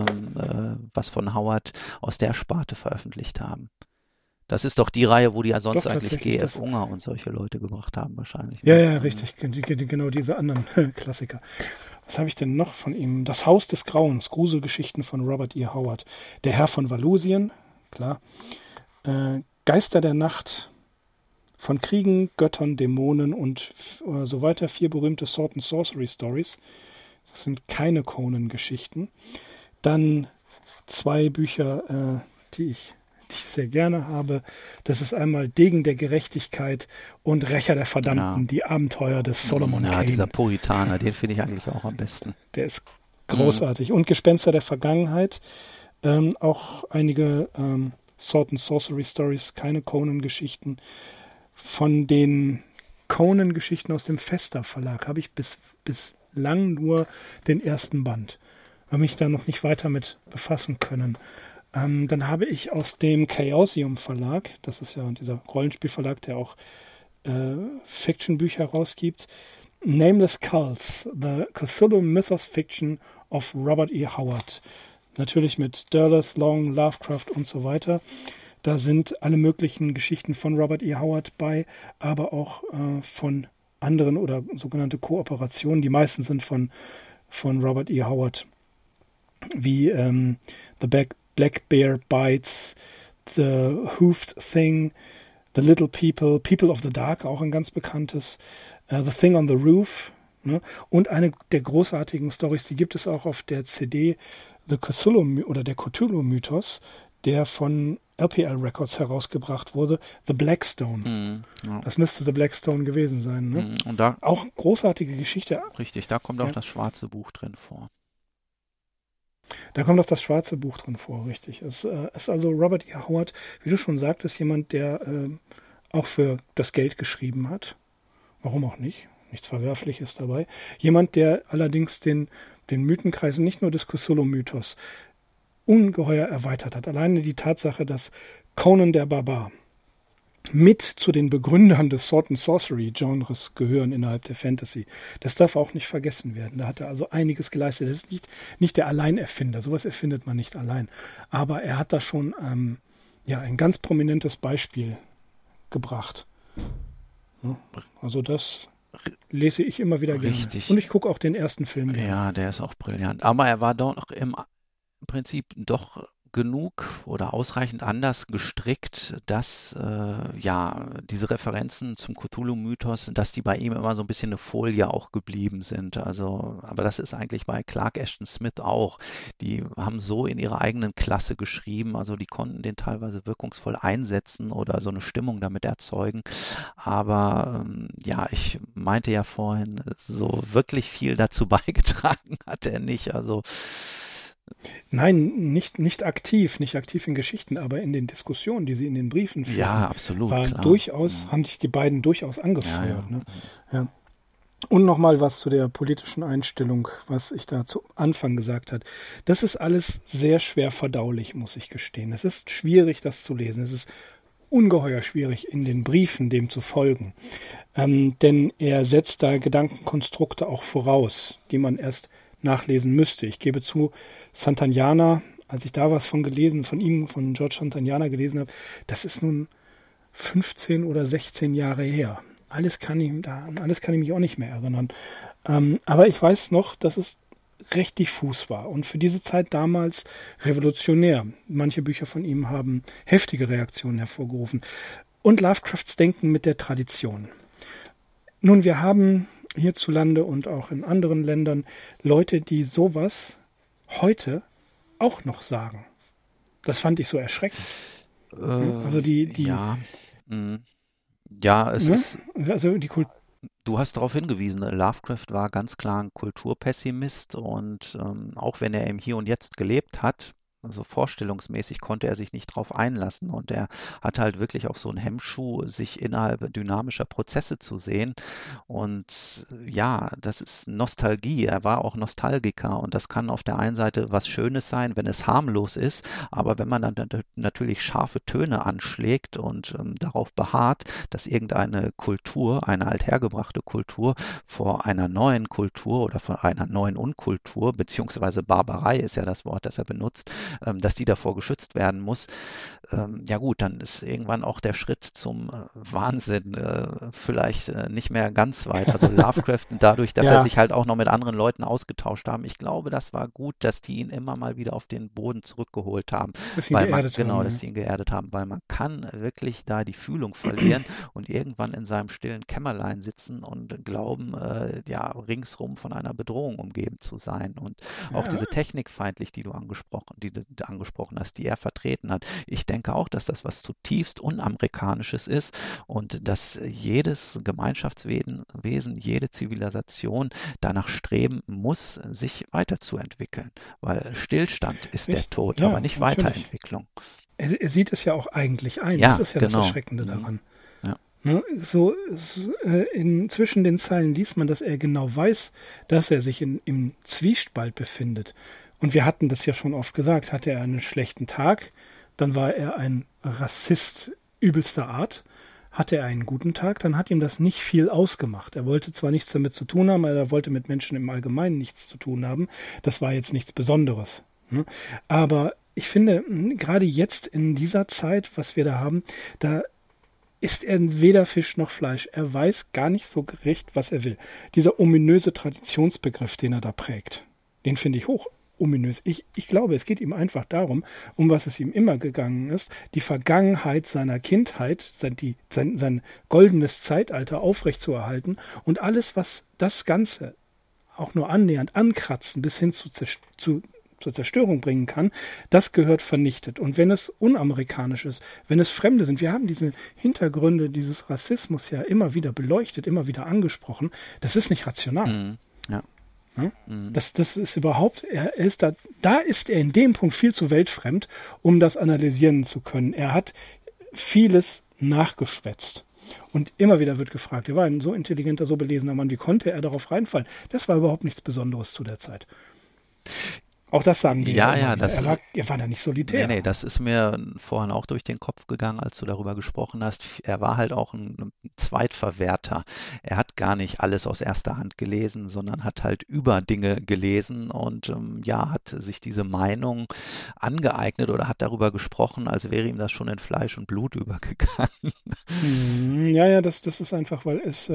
mal was von Howard aus der Sparte veröffentlicht haben. Das ist doch die Reihe, wo die ja sonst eigentlich G.F. Unger und solche Leute gebracht haben wahrscheinlich. Ne? Ja, richtig. Genau diese anderen Klassiker. Was habe ich denn noch von ihm? Das Haus des Grauens, Gruselgeschichten von Robert E. Howard. Der Herr von Valusien, klar. Geister der Nacht, von Kriegen, Göttern, Dämonen und so weiter. 4 berühmte Sword and Sorcery Stories. Das sind keine Conan-Geschichten. Dann 2 Bücher, die ich sehr gerne habe. Das ist einmal Degen der Gerechtigkeit und Rächer der Verdammten, die Abenteuer des Solomon Kane. Ja, dieser Puritaner, den finde ich eigentlich auch am besten. Der ist großartig. Und Gespenster der Vergangenheit, auch einige Sword and Sorcery Stories, keine Conan-Geschichten. Von den Conan-Geschichten aus dem Vesta Verlag habe ich bislang nur den ersten Band, weil mich da noch nicht weiter mit befassen können. Dann habe ich aus dem Chaosium Verlag, das ist ja dieser Rollenspielverlag, der auch Fiction-Bücher rausgibt, Nameless Cults, The Cthulhu Mythos Fiction of Robert E. Howard. Natürlich mit Derleth, Long, Lovecraft und so weiter. Da sind alle möglichen Geschichten von Robert E. Howard bei, aber auch von anderen oder sogenannte Kooperationen. Die meisten sind von Robert E. Howard, wie The Black Bear Bites, The Hoofed Thing, The Little People, People of the Dark, auch ein ganz bekanntes, The Thing on the Roof, ne? Und eine der großartigen Stories, die gibt es auch auf der CD, der Cthulhu-Mythos, der von LPL Records herausgebracht wurde, The Blackstone. Ja. Das müsste The Blackstone gewesen sein. Ne? Und da, auch großartige Geschichte. Richtig, da kommt auch das schwarze Buch drin vor. Da kommt auch das schwarze Buch drin vor, richtig. Es ist also Robert E. Howard, wie du schon sagtest, jemand, der auch für das Geld geschrieben hat. Warum auch nicht? Nichts Verwerfliches dabei. Jemand, der allerdings den Mythenkreis nicht nur des Cthulhu-Mythos ungeheuer erweitert hat. Alleine die Tatsache, dass Conan der Barbar mit zu den Begründern des Sword and Sorcery Genres gehören innerhalb der Fantasy. Das darf auch nicht vergessen werden. Da hat er also einiges geleistet. Das ist nicht der Alleinerfinder. Sowas erfindet man nicht allein. Aber er hat da schon ein ganz prominentes Beispiel gebracht. Ja, also das lese ich immer wieder gerne. Richtig. Und ich gucke auch den ersten Film gerne. Ja, der ist auch brillant. Aber er war doch im Prinzip doch genug oder ausreichend anders gestrickt, dass ja diese Referenzen zum Cthulhu-Mythos, dass die bei ihm immer so ein bisschen eine Folie auch geblieben sind. Also, aber das ist eigentlich bei Clark Ashton Smith auch. Die haben so in ihrer eigenen Klasse geschrieben, also die konnten den teilweise wirkungsvoll einsetzen oder so eine Stimmung damit erzeugen. Aber ja, ich meinte ja vorhin, so wirklich viel dazu beigetragen hat er nicht. Also Nein, nicht aktiv, nicht aktiv in Geschichten, aber in den Diskussionen, die sie in den Briefen führen, ja, absolut, klar. haben sich die beiden durchaus angefeuert. Ja, ja. Ne? Ja. Und nochmal was zu der politischen Einstellung, was ich da zu Anfang gesagt habe. Das ist alles sehr schwer verdaulich, muss ich gestehen. Es ist schwierig, das zu lesen. Es ist ungeheuer schwierig, in den Briefen dem zu folgen. Denn er setzt da Gedankenkonstrukte auch voraus, die man erst nachlesen müsste. Ich gebe zu, Santayana, als ich da was von ihm, von George Santayana gelesen habe, das ist nun 15 oder 16 Jahre her. Alles kann ich mich auch nicht mehr erinnern. Aber ich weiß noch, dass es recht diffus war und für diese Zeit damals revolutionär. Manche Bücher von ihm haben heftige Reaktionen hervorgerufen. Und Lovecrafts Denken mit der Tradition. Nun, wir haben hierzulande und auch in anderen Ländern Leute, die sowas heute auch noch sagen. Das fand ich so erschreckend. Also ja, ja, es ist. Also die Kultur. Du hast darauf hingewiesen, Lovecraft war ganz klar ein Kulturpessimist und auch wenn er im Hier und Jetzt gelebt hat, also vorstellungsmäßig konnte er sich nicht drauf einlassen und er hatte halt wirklich auch so einen Hemmschuh, sich innerhalb dynamischer Prozesse zu sehen. Und ja, das ist Nostalgie. Er war auch Nostalgiker und das kann auf der einen Seite was Schönes sein, wenn es harmlos ist, aber wenn man dann natürlich scharfe Töne anschlägt und darauf beharrt, dass irgendeine Kultur, eine althergebrachte Kultur vor einer neuen Kultur oder vor einer neuen Unkultur, beziehungsweise Barbarei ist ja das Wort, das er benutzt, dass die davor geschützt werden muss. Ja gut, dann ist irgendwann auch der Schritt zum Wahnsinn vielleicht nicht mehr ganz weit. Also Lovecraft, dadurch, dass er sich halt auch noch mit anderen Leuten ausgetauscht haben, ich glaube, das war gut, dass die ihn immer mal wieder auf den Boden zurückgeholt haben. Dass die ihn geerdet haben, weil man kann wirklich da die Fühlung verlieren und irgendwann in seinem stillen Kämmerlein sitzen und glauben, ja, ringsrum von einer Bedrohung umgeben zu sein. Und auch diese Technikfeindlich, die du angesprochen hast, die er vertreten hat. Ich denke auch, dass das was zutiefst Unamerikanisches ist und dass jedes Gemeinschaftswesen, jede Zivilisation danach streben muss, sich weiterzuentwickeln, weil Stillstand ist der Tod, aber nicht natürlich. Weiterentwicklung. Er sieht es ja auch eigentlich ein. Das ist ja genau. Das Erschreckende daran. Ja. Ne? Zwischen den Zeilen liest man, dass er genau weiß, dass er sich im Zwiespalt befindet. Und wir hatten das ja schon oft gesagt, hatte er einen schlechten Tag, dann war er ein Rassist übelster Art. Hatte er einen guten Tag, dann hat ihm das nicht viel ausgemacht. Er wollte zwar nichts damit zu tun haben, aber er wollte mit Menschen im Allgemeinen nichts zu tun haben. Das war jetzt nichts Besonderes. Aber ich finde, gerade jetzt in dieser Zeit, was wir da haben, da ist er weder Fisch noch Fleisch. Er weiß gar nicht so gerecht, was er will. Dieser ominöse Traditionsbegriff, den er da prägt, den finde ich hoch ominös. Ich glaube, es geht ihm einfach darum, um was es ihm immer gegangen ist, die Vergangenheit seiner Kindheit, sein goldenes Zeitalter aufrechtzuerhalten und alles, was das Ganze auch nur annähernd ankratzen bis hin zur Zerstörung bringen kann, das gehört vernichtet. Und wenn es unamerikanisch ist, wenn es Fremde sind, wir haben diese Hintergründe dieses Rassismus ja immer wieder beleuchtet, immer wieder angesprochen, das ist nicht rational. Ja. Das ist überhaupt, da ist er in dem Punkt viel zu weltfremd, um das analysieren zu können. Er hat vieles nachgeschwätzt. Und immer wieder wird gefragt, er war ein so intelligenter, so belesener Mann, wie konnte er darauf reinfallen? Das war überhaupt nichts Besonderes zu der Zeit. Auch das sagen die. Ja, er war da nicht solitär. Nee, das ist mir vorhin auch durch den Kopf gegangen, als du darüber gesprochen hast. Er war halt auch ein Zweitverwerter. Er hat gar nicht alles aus erster Hand gelesen, sondern hat halt über Dinge gelesen und hat sich diese Meinung angeeignet oder hat darüber gesprochen, als wäre ihm das schon in Fleisch und Blut übergegangen. Ja, das ist einfach, weil es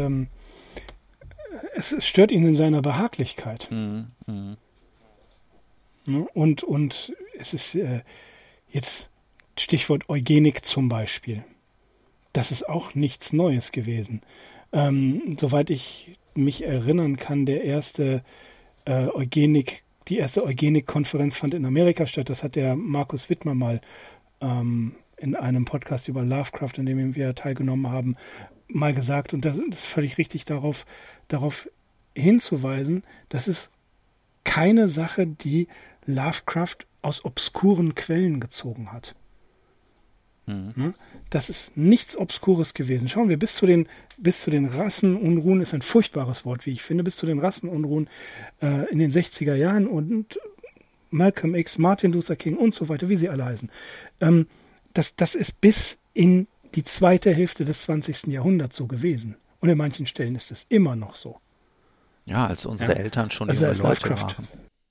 stört ihn in seiner Behaglichkeit. Und es ist, Jetzt Stichwort Eugenik zum Beispiel. Das ist auch nichts Neues gewesen. Soweit ich mich erinnern kann, die erste Eugenik-Konferenz fand in Amerika statt. Das hat der Markus Wittmer mal in einem Podcast über Lovecraft, in dem wir teilgenommen haben, mal gesagt. Und das ist völlig richtig, darauf hinzuweisen, das ist keine Sache, die Lovecraft aus obskuren Quellen gezogen hat. Das ist nichts Obskures gewesen. Schauen wir, bis zu den Rassenunruhen, ist ein furchtbares Wort, wie ich finde, bis zu den Rassenunruhen in den 60er Jahren und Malcolm X, Martin Luther King und so weiter, wie sie alle heißen. Das ist bis in die zweite Hälfte des 20. Jahrhunderts so gewesen. Und in manchen Stellen ist es immer noch so. Ja, als unsere Eltern schon junge Leute waren.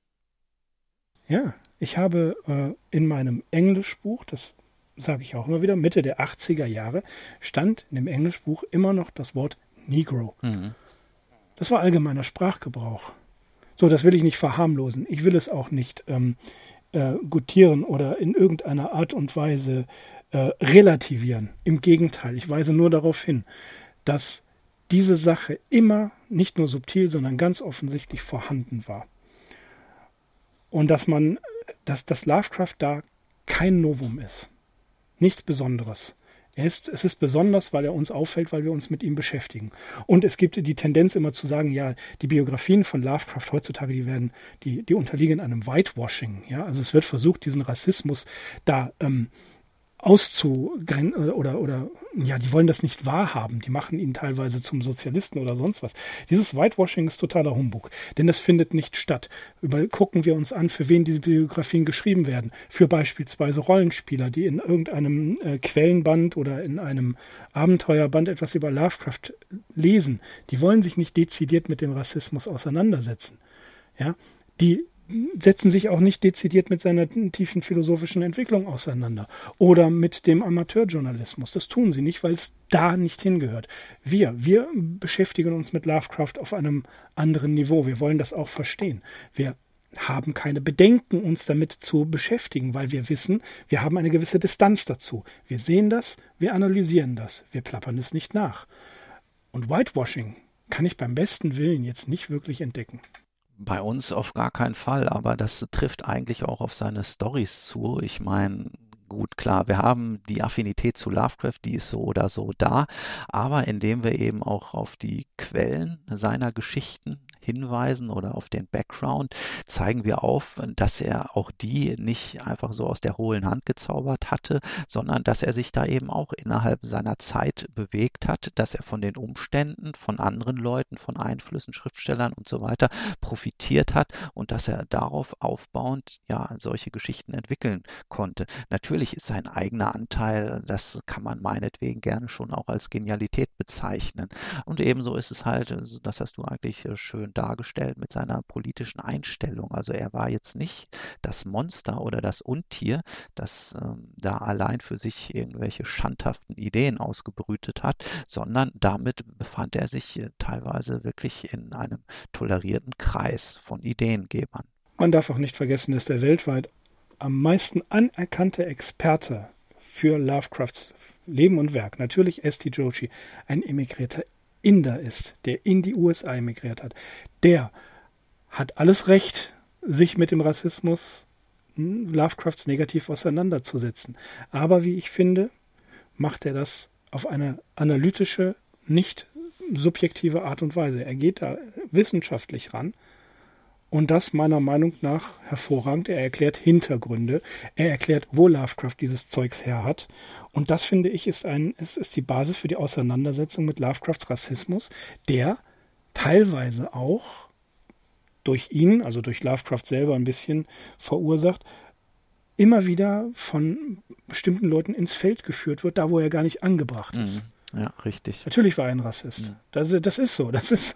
Ja, ich habe in meinem Englischbuch, das sage ich auch immer wieder, Mitte der 80er Jahre, stand in dem Englischbuch immer noch das Wort Negro. Das war allgemeiner Sprachgebrauch. So, das will ich nicht verharmlosen. Ich will es auch nicht gutieren oder in irgendeiner Art und Weise relativieren. Im Gegenteil, ich weise nur darauf hin, dass diese Sache immer nicht nur subtil, sondern ganz offensichtlich vorhanden war. Und dass das Lovecraft da kein Novum ist. Nichts Besonderes. Es ist besonders, weil er uns auffällt, weil wir uns mit ihm beschäftigen. Und es gibt die Tendenz immer zu sagen, ja, die Biografien von Lovecraft heutzutage, die unterliegen einem Whitewashing. Ja? Also es wird versucht, diesen Rassismus da auszugrenzen oder die wollen das nicht wahrhaben. Die machen ihn teilweise zum Sozialisten oder sonst was. Dieses Whitewashing ist totaler Humbug, denn das findet nicht statt. Gucken wir uns an, für wen diese Biografien geschrieben werden. Für beispielsweise Rollenspieler, die in irgendeinem Quellenband oder in einem Abenteuerband etwas über Lovecraft lesen. Die wollen sich nicht dezidiert mit dem Rassismus auseinandersetzen. Ja, die setzen sich auch nicht dezidiert mit seiner tiefen philosophischen Entwicklung auseinander oder mit dem Amateurjournalismus. Das tun sie nicht, weil es da nicht hingehört. Wir beschäftigen uns mit Lovecraft auf einem anderen Niveau. Wir wollen das auch verstehen. Wir haben keine Bedenken, uns damit zu beschäftigen, weil wir wissen, wir haben eine gewisse Distanz dazu. Wir sehen das, wir analysieren das, wir plappern es nicht nach. Und Whitewashing kann ich beim besten Willen jetzt nicht wirklich entdecken. Bei uns auf gar keinen Fall, aber das trifft eigentlich auch auf seine Storys zu. Ich meine, gut, klar, wir haben die Affinität zu Lovecraft, die ist so oder so da, aber indem wir eben auch auf die Quellen seiner Geschichten hinweisen oder auf den Background, zeigen wir auf, dass er auch die nicht einfach so aus der hohlen Hand gezaubert hatte, sondern dass er sich da eben auch innerhalb seiner Zeit bewegt hat, dass er von den Umständen, von anderen Leuten, von Einflüssen, Schriftstellern und so weiter profitiert hat und dass er darauf aufbauend solche Geschichten entwickeln konnte. Natürlich ist sein eigener Anteil, das kann man meinetwegen gerne schon auch als Genialität bezeichnen. Und ebenso ist es halt, das hast du eigentlich schön dargestellt mit seiner politischen Einstellung. Also er war jetzt nicht das Monster oder das Untier, das da allein für sich irgendwelche schandhaften Ideen ausgebrütet hat, sondern damit befand er sich teilweise wirklich in einem tolerierten Kreis von Ideengebern. Man darf auch nicht vergessen, dass der weltweit am meisten anerkannte Experte für Lovecrafts Leben und Werk, natürlich S.T. Joshi, ein emigrierter Inder ist, der in die USA emigriert hat. Der hat alles Recht, sich mit dem Rassismus Lovecrafts negativ auseinanderzusetzen. Aber wie ich finde, macht er das auf eine analytische, nicht subjektive Art und Weise. Er geht da wissenschaftlich ran und das meiner Meinung nach hervorragend. Er erklärt Hintergründe, er erklärt, wo Lovecraft dieses Zeugs her hat. Und das, finde ich, ist die Basis für die Auseinandersetzung mit Lovecrafts Rassismus, der teilweise auch durch ihn, also durch Lovecraft selber ein bisschen verursacht, immer wieder von bestimmten Leuten ins Feld geführt wird, da wo er gar nicht angebracht ist. Ja, richtig. Natürlich war er ein Rassist. Das ist so.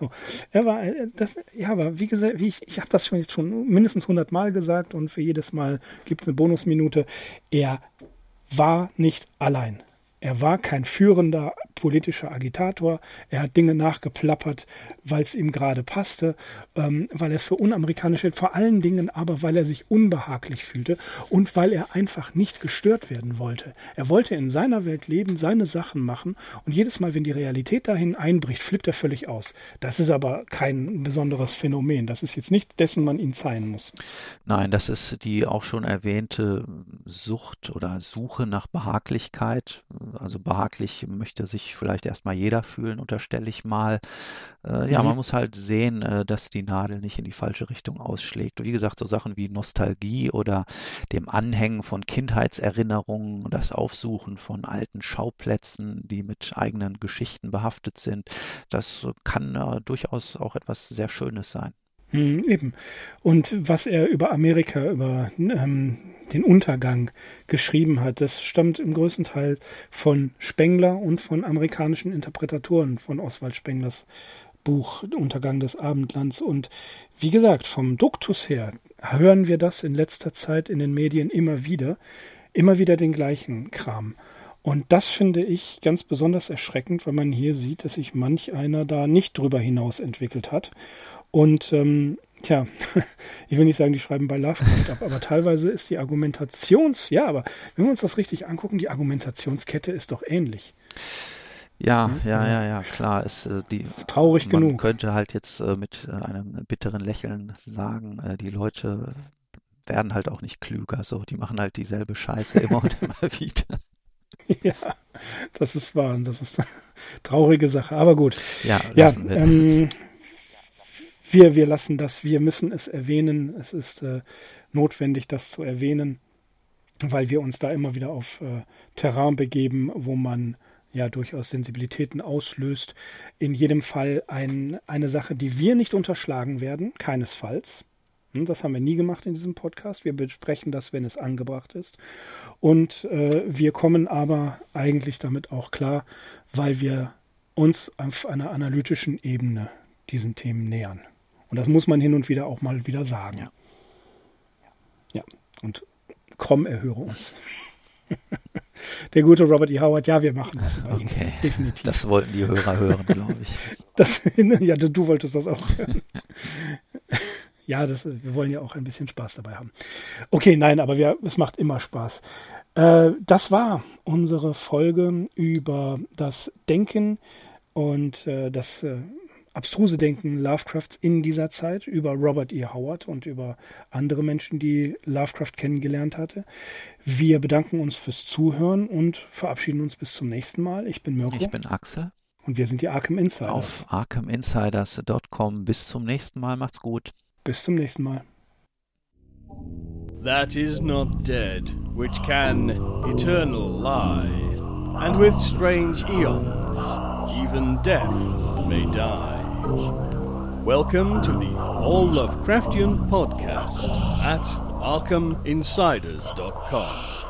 Aber wie gesagt, ich habe das schon mindestens 100 Mal gesagt und für jedes Mal gibt es eine Bonusminute. Er war nicht allein. Er war kein führender politischer Agitator. Er hat Dinge nachgeplappert, weil es ihm gerade passte, weil er es für unamerikanisch hält, vor allen Dingen aber, weil er sich unbehaglich fühlte und weil er einfach nicht gestört werden wollte. Er wollte in seiner Welt leben, seine Sachen machen und jedes Mal, wenn die Realität dahin einbricht, flippt er völlig aus. Das ist aber kein besonderes Phänomen. Das ist jetzt nicht dessen man ihn zeigen muss. Nein, das ist die auch schon erwähnte Sucht oder Suche nach Behaglichkeit. Also behaglich möchte sich vielleicht erstmal jeder fühlen, unterstelle ich mal. Man muss halt sehen, dass die Nadel nicht in die falsche Richtung ausschlägt. Wie gesagt, so Sachen wie Nostalgie oder dem Anhängen von Kindheitserinnerungen, das Aufsuchen von alten Schauplätzen, die mit eigenen Geschichten behaftet sind, das kann durchaus auch etwas sehr Schönes sein. Eben. Und was er über Amerika, über den Untergang geschrieben hat, das stammt im größten Teil von Spengler und von amerikanischen Interpretatoren von Oswald Spenglers Buch Untergang des Abendlands. Und wie gesagt, vom Duktus her hören wir das in letzter Zeit in den Medien immer wieder den gleichen Kram. Und das finde ich ganz besonders erschreckend, weil man hier sieht, dass sich manch einer da nicht drüber hinaus entwickelt hat. Und ich will nicht sagen, die schreiben bei Lovecraft ab, aber teilweise ist die aber wenn wir uns das richtig angucken, die Argumentationskette ist doch ähnlich. Ja, klar. Das ist traurig genug. Man könnte halt jetzt mit einem bitteren Lächeln sagen, die Leute werden halt auch nicht klüger, so, die machen halt dieselbe Scheiße immer und immer wieder. Ja, das ist wahr, das ist eine traurige Sache, aber gut. Lassen wir das. Wir lassen das, wir müssen es erwähnen. Es ist notwendig, das zu erwähnen, weil wir uns da immer wieder auf Terrain begeben, wo man ja durchaus Sensibilitäten auslöst. In jedem Fall eine Sache, die wir nicht unterschlagen werden, keinesfalls. Das haben wir nie gemacht in diesem Podcast. Wir besprechen das, wenn es angebracht ist. Und wir kommen aber eigentlich damit auch klar, weil wir uns auf einer analytischen Ebene diesen Themen nähern. Und das muss man hin und wieder auch mal wieder sagen. Ja. Und Krom erhöre uns. Der gute Robert E. Howard, ja, wir machen was über ihn. Definitiv. Das wollten die Hörer hören, glaube ich. Du wolltest das auch hören. Ja, wir wollen ja auch ein bisschen Spaß dabei haben. Okay, nein, aber es macht immer Spaß. Das war unsere Folge über das Denken und das abstruse Denken Lovecrafts in dieser Zeit, über Robert E. Howard und über andere Menschen, die Lovecraft kennengelernt hatte. Wir bedanken uns fürs Zuhören und verabschieden uns bis zum nächsten Mal. Ich bin Mirko. Ich bin Axel. Und wir sind die Arkham Insiders. Auf arkhaminsiders.com. Bis zum nächsten Mal. Macht's gut. Bis zum nächsten Mal. That is not dead, which can eternal lie, and with strange eons, even death may die. Welcome to the All Lovecraftian Podcast at arkhaminsiders.com.